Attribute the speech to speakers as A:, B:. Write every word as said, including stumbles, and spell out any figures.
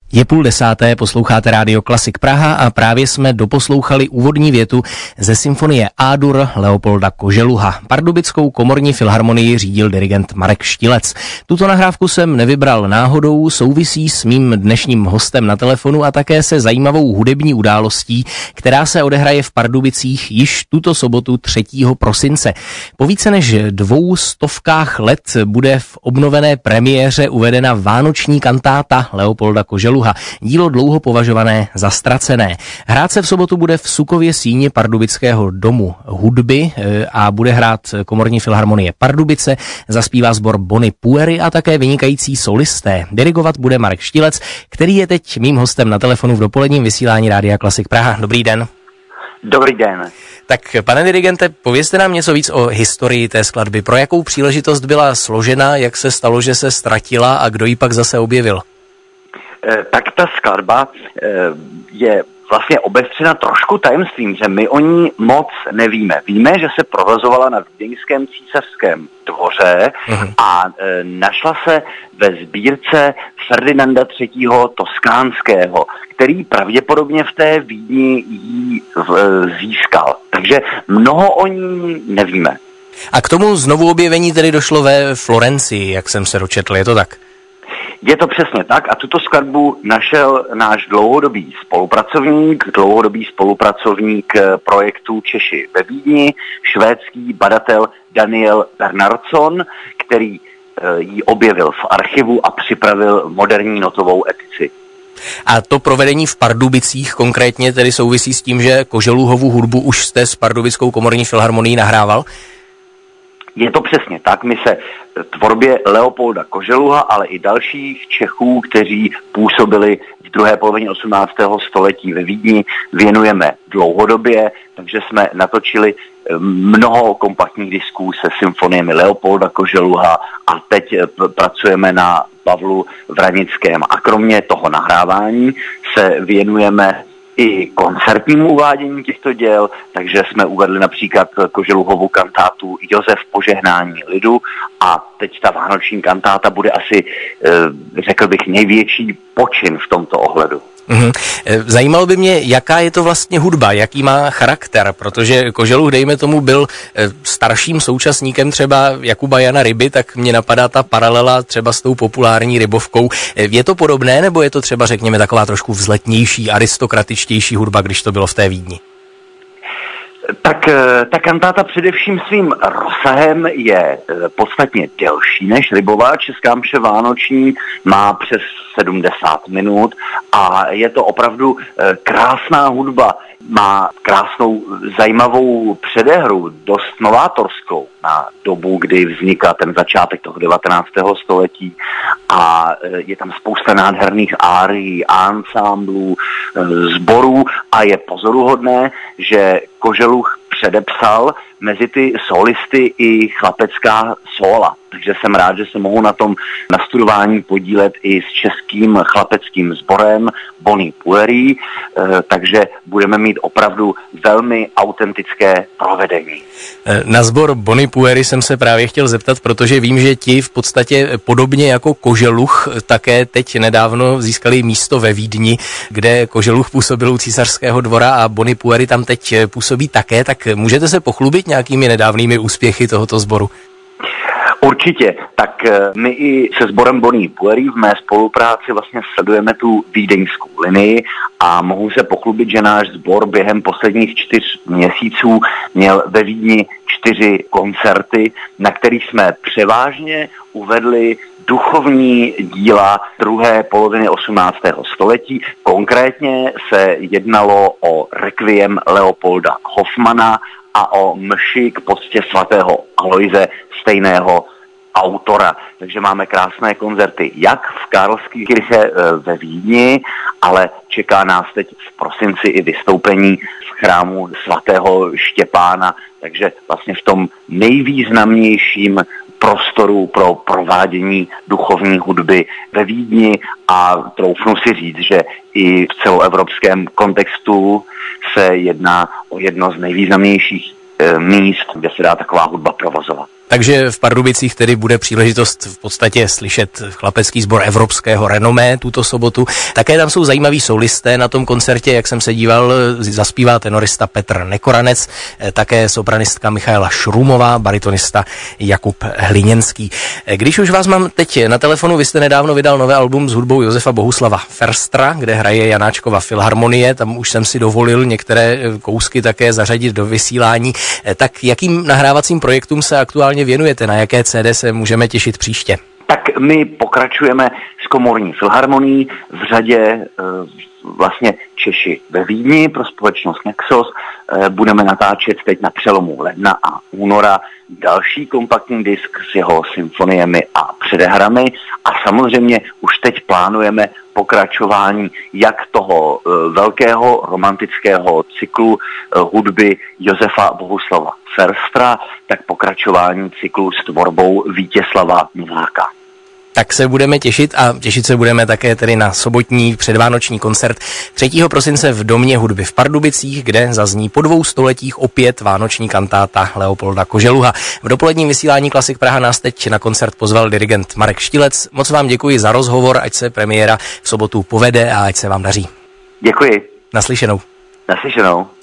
A: Je půl desáté, posloucháte Rádio Klasik Praha a právě jsme doposlouchali úvodní větu ze symfonie A-dur Leopolda Koželuha. Pardubickou komorní filharmonii řídil dirigent Marek Štilec. Tuto nahrávku jsem nevybral náhodou, souvisí s mým dnešním hostem na telefonu a také se zajímavou hudební událostí, která se odehraje v Pardubicích již tuto sobotu třetího prosince. Po více než dvou stovkách let bude v obnovené premiéře uvedena vánoční kantáta Leopolda Koželuha. Dílo dlouho považované za ztracené. Hrát se v sobotu bude v Sukově síni Pardubického domu hudby a bude hrát komorní filharmonie Pardubice, zaspívá sbor Bony Puery a také vynikající solisté. Dirigovat bude Marek Štilec, který je teď mým hostem na telefonu v dopoledním vysílání Rádia Klasik Praha. Dobrý den.
B: Dobrý den.
A: Tak, pane dirigente, povězte nám něco víc o historii té skladby. Pro jakou příležitost byla složena, jak se stalo, že se ztratila a kdo ji pak zase objevil?
B: Tak ta skladba je vlastně obestřena trošku tajemstvím, že my o ní moc nevíme. Víme, že se provozovala na Vídeňském císařském dvoře uh-huh. a našla se ve sbírce Ferdinanda třetího. Toskánského, který pravděpodobně v té Vídni ji získal. Takže mnoho o ní nevíme.
A: A k tomu znovu objevení tedy došlo ve Florencii, jak jsem se dočetl, je to tak?
B: Je to přesně tak a tuto skladbu našel náš dlouhodobý spolupracovník, dlouhodobý spolupracovník projektu Češi ve Vídni, švédský badatel Daniel Bernhardsson, který ji objevil v archivu a připravil moderní notovou edici.
A: A to provedení v Pardubicích konkrétně tedy souvisí s tím, že Koželuhovu hudbu už jste s Pardubickou komorní filharmonií nahrával?
B: Je to přesně tak, my se tvorbě Leopolda Koželuha, ale i dalších Čechů, kteří působili v druhé polovině osmnáctého století ve Vídni, věnujeme dlouhodobě, takže jsme natočili mnoho kompaktních disků se symfoniemi Leopolda Koželuha a teď pracujeme na Pavlu Vranickém. A kromě toho nahrávání se věnujeme i koncertnímu uvádění těchto děl, takže jsme uvedli například Koželuhovu kantátu Josef požehnání lidu a teď ta vánoční kantáta bude asi, řekl bych, největší počin v tomto ohledu.
A: Uhum. Zajímalo by mě, jaká je to vlastně hudba, jaký má charakter, protože Koželuh, dejme tomu, byl starším současníkem třeba Jakuba Jana Ryby, tak mě napadá ta paralela třeba s tou populární Rybovkou. Je to podobné, nebo je to třeba, řekněme, taková trošku vzletnější, aristokratičtější hudba, když to bylo v té Vídni?
B: Tak ta kantáta především svým rozsahem je podstatně delší než Rybová. Česká mše vánoční má přes sedmdesát minut a je to opravdu krásná hudba. Má krásnou, zajímavou předehru, dost novátorskou na dobu, kdy vzniká ten začátek toho devatenáctého století a je tam spousta nádherných árií, ansámblů, sborů a je pozoruhodné, že Koželuh předepsal mezi ty solisty i chlapecká sóla. Takže jsem rád, že se mohu na tom nastudování podílet i s českým chlapeckým sborem Bony Puery, takže budeme mít opravdu velmi autentické provedení.
A: Na sbor Bony Puery jsem se právě chtěl zeptat, protože vím, že ti v podstatě podobně jako Koželuh také teď nedávno získali místo ve Vídni, kde Koželuh působil u císařského dvora a Bony Puery tam teď působí také, tak můžete se pochlubit nějakými nedávnými úspěchy tohoto sboru?
B: Určitě, tak my i se sborem Bony Puery v mé spolupráci vlastně sledujeme tu vídeňskou linii a mohu se pochlubit, že náš sbor během posledních čtyř měsíců měl ve Vídni čtyři koncerty, na kterých jsme převážně uvedli duchovní díla druhé poloviny osmnáctého století. Konkrétně se jednalo o Requiem Leopolda Hoffmana a o mši k poctě svatého Alojze, stejného autora. Takže máme krásné koncerty jak v Karlské kirche ve Vídni, ale čeká nás teď v prosinci i vystoupení v chrámu svatého Štěpána, takže vlastně v tom nejvýznamnějším prostoru pro provádění duchovní hudby ve Vídni a troufnu si říct, že i v celoevropském kontextu se jedná o jedno z nejvýznamnějších e, míst, kde se dá taková hudba provozovat.
A: Takže v Pardubicích tedy bude příležitost v podstatě slyšet chlapecký sbor evropského renomé tuto sobotu. Také tam jsou zajímaví solisté na tom koncertě, jak jsem se díval, zaspívá tenorista Petr Nekoranec, také sopranistka Michaela Šrumová, baritonista Jakub Hliněnský. Když už vás mám teď na telefonu, vy jste nedávno vydal nové album s hudbou Josefa Bohuslava Ferstra, kde hraje Janáčkova filharmonie, tam už jsem si dovolil některé kousky také zařadit do vysílání. Tak jakým nahrávacím projektům se aktuálně věnujete? Na jaké C D se můžeme těšit příště?
B: Tak my pokračujeme s komorní filharmonií v řadě vlastně Češi ve Vídni pro společnost Nexos. Budeme natáčet teď na přelomu ledna a února další kompaktní disk s jeho symfoniemi a předehrami a samozřejmě už teď plánujeme pokračování jak toho velkého romantického cyklu hudby Josefa Bohuslava Ferstra, tak pokračování cyklu s tvorbou Vítězslava Nováka.
A: Tak se budeme těšit a těšit se budeme také tedy na sobotní předvánoční koncert třetího prosince v Domě hudby v Pardubicích, kde zazní po dvou stoletích opět vánoční kantáta Leopolda Koželuha. V dopoledním vysílání Klasik Praha nás teď na koncert pozval dirigent Marek Štilec. Moc vám děkuji za rozhovor, ať se premiéra v sobotu povede a ať se vám daří.
B: Děkuji.
A: Naslyšenou.
B: Naslyšenou.